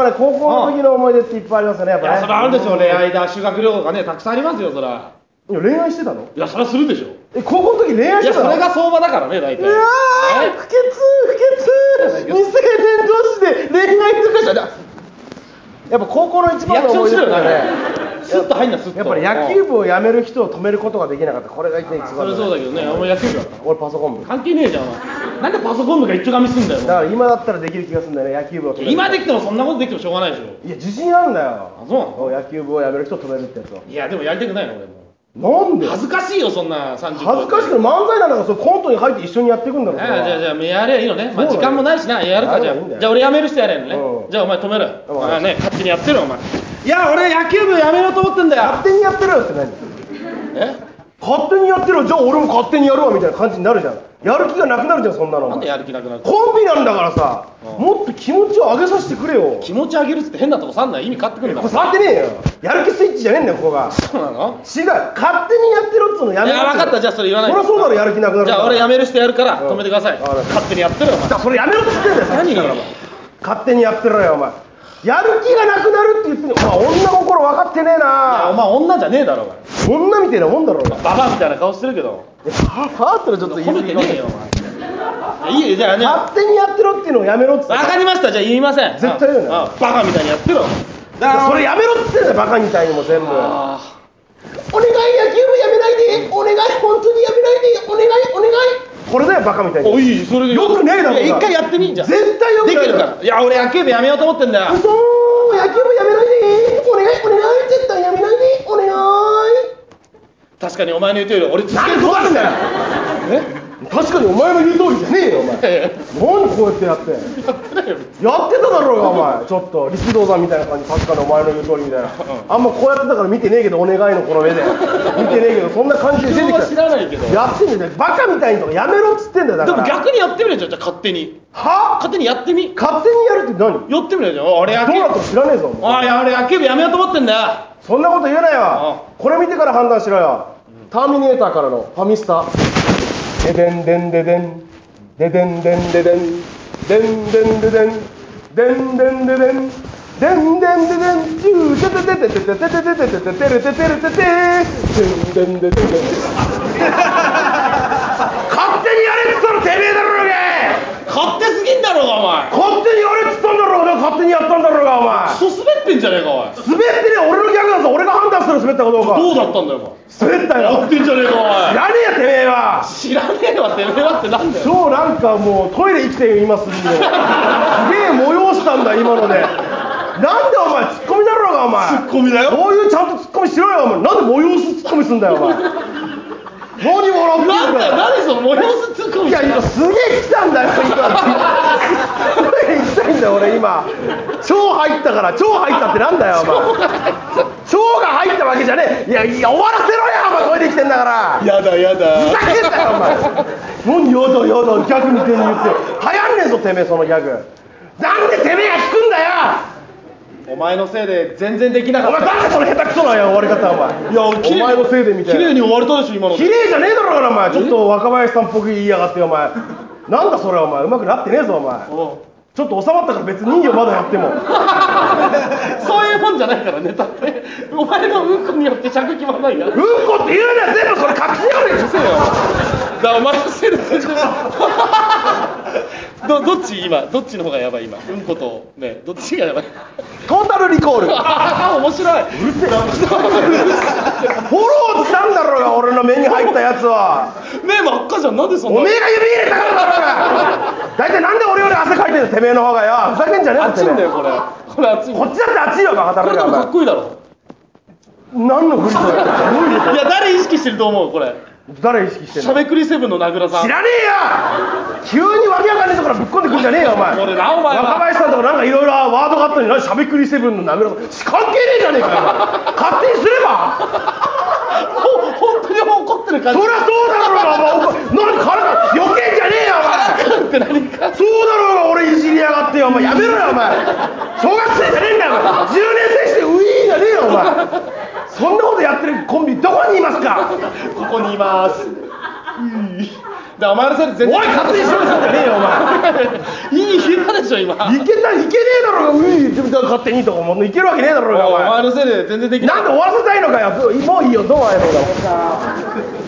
ね、高校の時の思い出っていっぱいありますよね、やっぱね。 いや、それあるでしょ。恋愛だ、修学旅行がね、たくさんありますよ、そら。 いや、恋愛してたの？ いや、それはするでしょ。 高校の時恋愛してたの？ いや、それが相場だからね、大体。 うわー、不潔。二世伝同士で恋愛とかじゃな。やっぱ高校の一番の思い出ってね。 スッと入んな、スッと。 やっぱり野球部を辞める人を止めることができなかった。これが一番。 それそうだけどね、お前野球部だった。 俺パソコン部。 関係ねえじゃん、お前。なんでパソコン部が一丁紙すんだよ。 だから今だったらできる気がするんだよね、野球部を止める。 今できてもそんなことできてもしょうがないでしょ。 いや、自信あるんだよ。 あ、そうなの？ 野球部を辞める人を止めるってやつを。 いや、でもやりたくないの、俺も。 なんで？ 恥ずかしいよ、そんな30 恥ずかしくて漫才なんだから、それコントに入って一緒にやっていくんだろ。 じゃあやればいいのね。まあ時間もないしな、やるか。じゃあ俺辞める人やれんのね。じゃあお前止める。ああね、勝手にやってるお前。いや、俺野球部辞めようと思ってんだよ。 勝手にやってるよって何？勝手にやってるよ、じゃあ俺も勝手にやるわみたいな感じになるじゃん。やる気がなくなるじゃん、そんなの。 なんでやる気なくなる？ コンビなんだからさ、もっと気持ちを上げさせてくれよ。 気持ち上げるっつって変なとこ触んない。意味変わってくるんだ。 これ触ってねえよ。やる気スイッチじゃねえんだよ、ここが。 そうなの？ 違う、勝手にやってるっつうのやめろ。 いや、分かった、じゃあそれ言わない。 そりゃそうだろ、やる気なくなる。 じゃあ俺辞める人やるから止めてください。勝手にやってるよ、お前。 じゃあそれやめろっつってんだよ、 何？ 勝手にやってろよ、お前。やる気がなくなるって言ってんの。お前女心分かってねえな。 いや、お前女じゃねえだろ、お前。 女みたいなもんだろ、お前。 ババアみたいな顔してるけど。 はってのちょっと褒めてねえよ、お前。いいよ、じゃあね。 勝手にやってろっていうのをやめろっつって。 分かりました、じゃあ言いません。 絶対言うな。 バカみたいにやってろ。 それやめろっつってんだよ、バカみたいにも全部。お願い、野球部やめないで。お願い、本当にやめないで。お願い。これだよ、バカみたいに。 おい、それでよくねえだろ。 一回やってみんじゃん。 絶対よくねえできるから。いや、俺野球部やめようと思ってんだよ。 野球部やめないで。お願い、絶対やめないで。お願い。 確かにお前の言う通り、俺続なんでそうなるんだよ。確かにお前の言う通りじゃねえよ、お前。何こうやってやってやってただろうが、お前。ちょっと力道山みたいな感じ。確かにお前の言う通りみたいな。あんまこうやってたから見てねえけど、お願いのこの目で見てねえけど、そんな感じで出てきた。 知らないけどやってみて、バカみたいにとかやめろっつってんだよ。だからでも逆にやってみるじゃん、じゃあ勝手に。 は？ 勝手にやってみ。 勝手にやるって何？ やってみるじゃん。俺野球どうなったか知らねえぞ。 ああ、いや、俺野球部やめようと思ってんだよ。 そんなこと言うなよ。これ見てから判断しろよ。ターミネーターからのファミスタ。ででんでんででんででんでんででんでんでんででんでんでんででんでんでんででんチューテテテテテテテテテテテテテテテテテテンデンデンデン勝手にやれっつったのてめえだろうが。 勝手すぎんだろうが、お前。 勝手にやれっつったんだろうが。勝手にやったんだろうが、お前。 クソ滑ってんじゃねえか、おい。 滑ってねえ、俺のギャグだぞ。俺が判断する滑ったかどうか。 どうだったんだよ、お前。 滑ったよ。 やってんじゃねえか、おい。 知らねえよ、てめえは。 知らねえわ、てめえはってなんだよ。 超なんかもうトイレ行きてよ、今すぐに。すげえ催したんだ、今ので。なんでお前、ツッコミだろうが、お前。 ツッコミだよ。 そういうちゃんとツッコミしろよ、お前。なんで催すツッコミすんだよ、お前。何笑ってんだよ。 なんだよ、何その催すツッコミ。 いや、今すげえ来たんだよ、今。トイレ行きたいんだよ、俺今。超入ったから、超入ったってなんだよ、お前。超が入ったわけじゃねえ。いや、終わらせろよ、お前、トイレ来てんだから。 やだやだ。 ふざけんなよ、お前。何やだやだ、ギャグみたいに言って。流行んねえぞ、てめえ、そのギャグ。なんでてめえが聞くんだよ。 お前のせいで全然できなかった。 お前なんでその下手くそな終わり方、お前。 いや、 お前のせいでみたいな。 綺麗に終われたでしょ、今の。 綺麗じゃねえだろうが、お前。ちょっと若林さんっぽく言いやがってよ、お前。なんだそれ、お前。うまくなってねえぞ、お前。ちょっと収まったから別にいいよ、まだやっても。 そういうもんじゃないからネタって。お前のうんこによって尺決まんないや。 うんこって言うなよ、全部それ隠しやがれよ。 せえよ。だからお前のせいで全然。どっち今、どっちの方がやばい今。うんことね、どっちがやばい。 トータルリコール。 面白い。 うるせえ。フォローしたんだろうが、俺の目に入ったやつは。 目真っ赤じゃん、なんでそんな。 おめえが指入れたからだろうが。大体なんで俺より汗かいてるの、てめえの方がよ。ふざけんじゃねえぞ、 熱いんだよこれ。これ熱い。 こっちだって熱いよ、バカだろ。 これ多分かっこいいだろ。 何のふりそれ。どういうこと？ いや、誰意識してると思うこれ。 誰意識してんの？ しゃべくりセブンの名倉さん。 知らねえよ。急にわけわかんねえところぶっこんでくんじゃねえよ、お前。 俺な、お前は若林さんとかなんかいろいろワードがあったのに、しゃべくりセブンの名倉さん関係ねえじゃねえかよ。勝手にすれば。 本当に怒ってる感じ。 そりゃそうだろうが、お前。何から余計んじゃねえよ、お前。 って何か。 そうだろうが、俺いじりやがってよ、お前。やめろよ、お前。小学生じゃねえんだよ、お前。10年生してウィーンじゃねえよ、お前。そんなことやってるコンビどこにいますか？ ここにいます。 お前のせいで全然おい勝手にしろよじゃねえよお前いい日だでしょ今。 いけねえだろうが勝手にとかもいけるわけねえだろうがお前のせいで全然できない。 なんで終わらせたいのかよ。もういいよどうもありがとうございました。